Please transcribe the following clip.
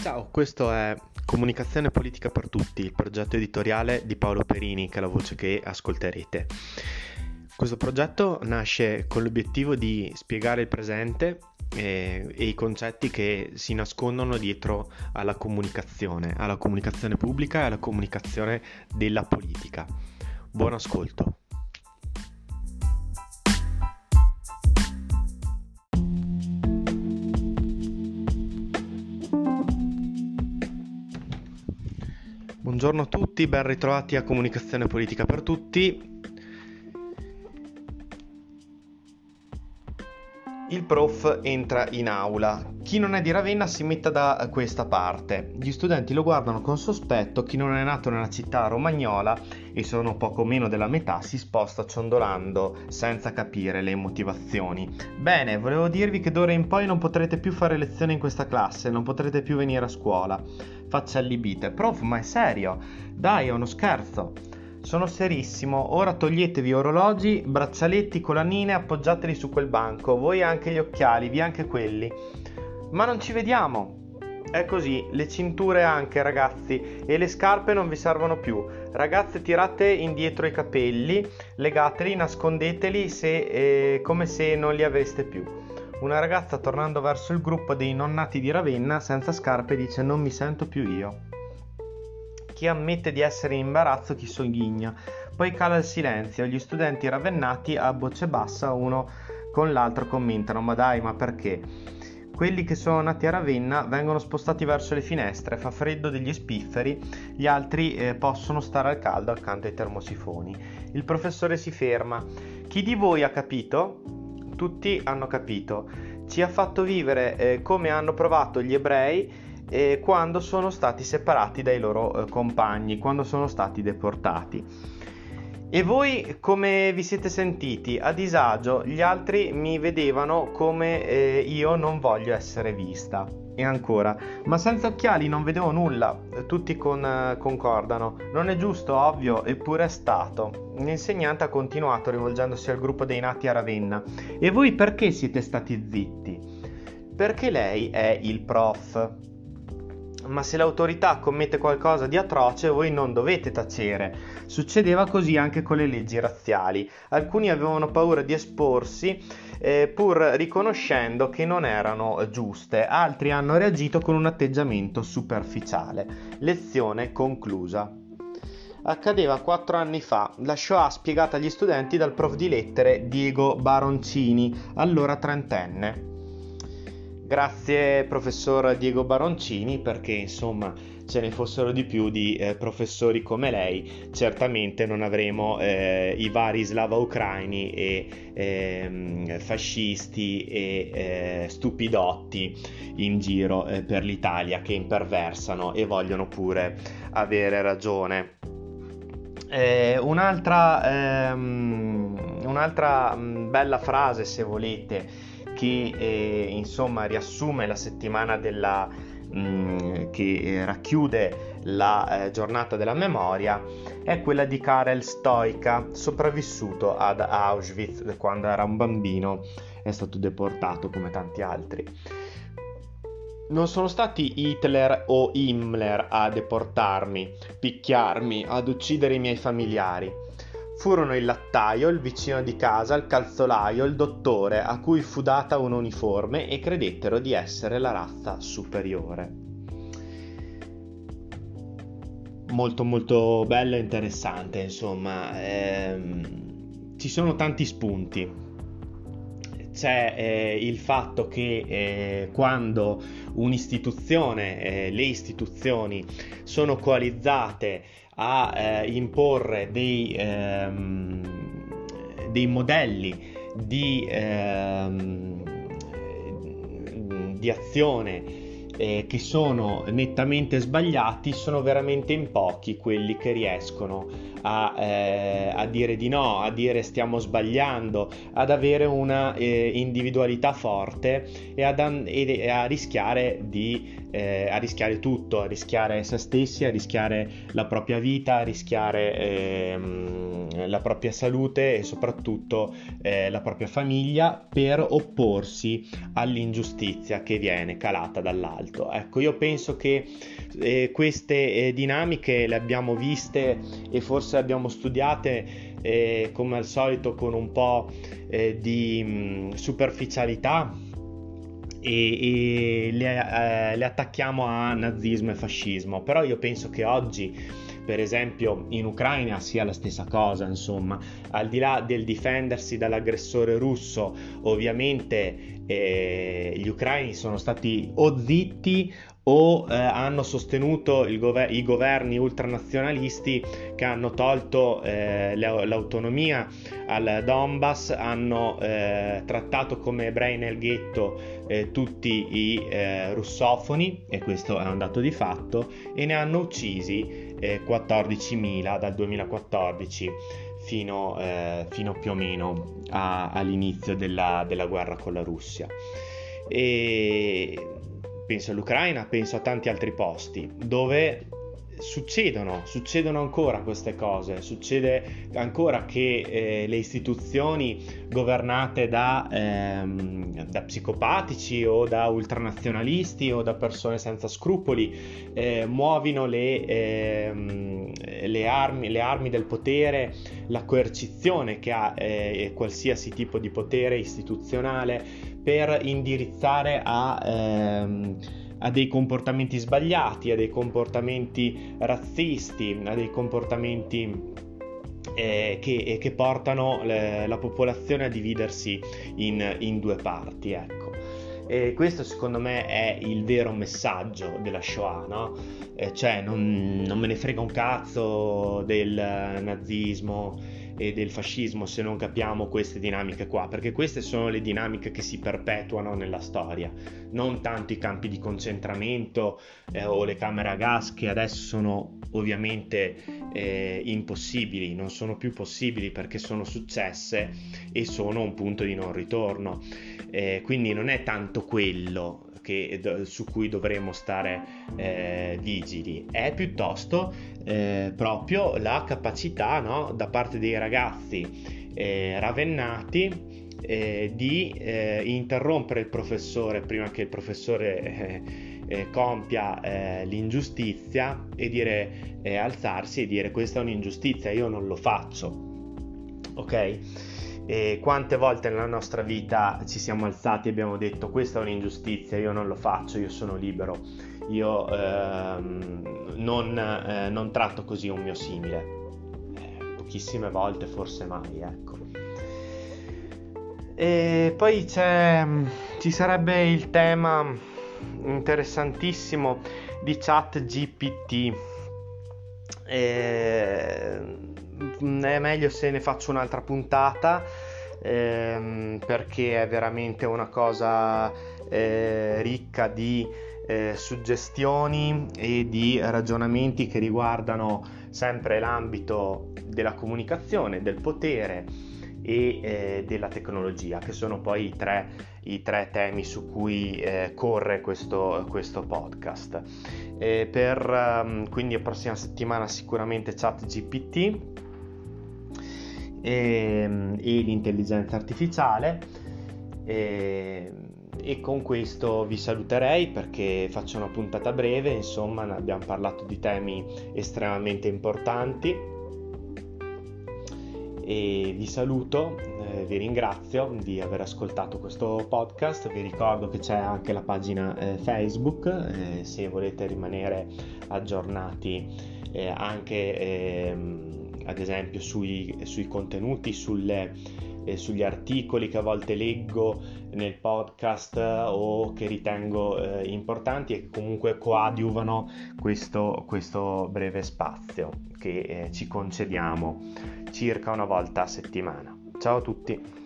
Ciao, questo è Comunicazione Politica per Tutti, il progetto editoriale di Paolo Perini, che è la voce che ascolterete. Questo progetto nasce con l'obiettivo di spiegare il presente e i concetti che si nascondono dietro alla comunicazione pubblica e alla comunicazione della politica. Buon ascolto. Buongiorno a tutti, ben ritrovati a Comunicazione Politica per Tutti. Il prof entra in aula. Chi non è di Ravenna si metta da questa parte. Gli studenti lo guardano con sospetto. Chi non è nato nella città romagnola, e sono poco meno della metà, si sposta ciondolando senza capire le motivazioni. Bene, volevo dirvi che d'ora in poi non potrete più fare lezioni in questa classe, non potrete più venire a scuola. Faccia allibite. Prof, ma è serio? Dai, è uno scherzo. Sono serissimo, ora toglietevi orologi, braccialetti, colannine, appoggiateli su quel banco, voi anche gli occhiali, via anche quelli. Ma non ci vediamo. È così, le cinture anche, ragazzi, e le scarpe non vi servono più. Ragazze, tirate indietro i capelli, legateli, nascondeteli come se non li aveste più. Una ragazza, tornando verso il gruppo dei non nati di Ravenna, senza scarpe, dice: non mi sento più io. Chi ammette di essere in imbarazzo, chi sogghigna. Poi cala il silenzio. Gli studenti ravennati a voce bassa uno con l'altro commentano: ma dai, ma perché? Quelli che sono nati a Ravenna vengono spostati verso le finestre, fa freddo degli spifferi, gli altri possono stare al caldo accanto ai termosifoni. Il professore si ferma. Chi di voi ha capito? Tutti hanno capito. Ci ha fatto vivere come hanno provato gli ebrei quando sono stati separati dai loro compagni, quando sono stati deportati. E voi come vi siete sentiti? A disagio? Gli altri mi vedevano come io non voglio essere vista. E ancora: ma senza occhiali non vedevo nulla. Tutti concordano. Non è giusto, ovvio, eppure è stato. L'insegnante ha continuato rivolgendosi al gruppo dei nati a Ravenna: e voi perché siete stati zitti? Perché lei è il prof. Ma se l'autorità commette qualcosa di atroce, voi non dovete tacere. Succedeva così anche con le leggi razziali. Alcuni avevano paura di esporsi, pur riconoscendo che non erano giuste. Altri hanno reagito con un atteggiamento superficiale. Lezione conclusa. Accadeva 4 anni fa. La Shoah spiegata agli studenti dal prof di lettere Diego Baroncini, allora trentenne. Grazie professor Diego Baroncini, perché insomma ce ne fossero di più di professori come lei, certamente non avremo i vari slava-ucraini e fascisti e stupidotti in giro per l'Italia che imperversano e vogliono pure avere ragione. Un'altra bella frase, se volete, che insomma riassume la settimana che racchiude la giornata della memoria, è quella di Karel Stoica, sopravvissuto ad Auschwitz quando era un bambino, è stato deportato come tanti altri. Non sono stati Hitler o Himmler a deportarmi, picchiarmi, ad uccidere i miei familiari. Furono il lattaio, il vicino di casa, il calzolaio, il dottore a cui fu data un'uniforme e credettero di essere la razza superiore. Molto molto bello e interessante, insomma. Ci sono tanti spunti. C'è il fatto che quando un'istituzione, le istituzioni sono coalizzate a imporre dei modelli di azione che sono nettamente sbagliati, sono veramente in pochi quelli che riescono a dire di no, a dire stiamo sbagliando, ad avere una individualità forte e a rischiare di a rischiare tutto, a rischiare se stessi, a rischiare la propria vita, a rischiare la propria salute e soprattutto la propria famiglia per opporsi all'ingiustizia che viene calata dall'alto. Ecco, io penso che queste dinamiche le abbiamo viste e forse abbiamo studiate come al solito con un po' di superficialità e le attacchiamo a nazismo e fascismo, però io penso che oggi, per esempio in Ucraina, sia la stessa cosa. Insomma, al di là del difendersi dall'aggressore russo, ovviamente gli ucraini sono stati o zitti o hanno sostenuto i governi ultranazionalisti che hanno tolto l'autonomia al Donbass, hanno trattato come ebrei nel ghetto tutti i russofoni, e questo è un dato di fatto, e ne hanno uccisi 14.000 dal 2014 fino più o meno all'inizio della guerra con la Russia. E penso all'Ucraina, penso a tanti altri posti dove succedono ancora queste cose. Succede ancora che le istituzioni governate da psicopatici o da ultranazionalisti o da persone senza scrupoli muovino le armi del potere, la coercizione che ha qualsiasi tipo di potere istituzionale, per indirizzare a dei comportamenti sbagliati, a dei comportamenti razzisti, a dei comportamenti che portano la popolazione a dividersi in due parti, ecco. E questo secondo me è il vero messaggio della Shoah, no? Cioè non me ne frega un cazzo del nazismo e del fascismo se non capiamo queste dinamiche qua, perché queste sono le dinamiche che si perpetuano nella storia, non tanto i campi di concentramento o le camere a gas, che adesso sono ovviamente impossibili, non sono più possibili perché sono successe e sono un punto di non ritorno, quindi non è tanto quello su cui dovremmo stare vigili, è piuttosto proprio la capacità, no, da parte dei ragazzi ravennati di interrompere il professore prima che il professore compia l'ingiustizia e dire alzarsi e dire: questa è un'ingiustizia, io non lo faccio, ok? E quante volte nella nostra vita ci siamo alzati e abbiamo detto: questa è un'ingiustizia, io non lo faccio, io sono libero, io non tratto così un mio simile. Pochissime volte, forse mai, ecco. E poi ci sarebbe il tema interessantissimo di ChatGPT. È meglio se ne faccio un'altra puntata, perché è veramente una cosa ricca di suggestioni e di ragionamenti che riguardano sempre l'ambito della comunicazione, del potere e della tecnologia, che sono poi i tre temi su cui corre questo podcast. Quindi la prossima settimana sicuramente ChatGPT e l'intelligenza artificiale, e con questo vi saluterei, perché faccio una puntata breve. Insomma, abbiamo parlato di temi estremamente importanti e vi saluto, vi ringrazio di aver ascoltato questo podcast. Vi ricordo che c'è anche la pagina Facebook, se volete rimanere aggiornati anche ad esempio sui contenuti, sugli articoli che a volte leggo nel podcast o che ritengo importanti e che comunque coadiuvano questo breve spazio che ci concediamo circa una volta a settimana. Ciao a tutti!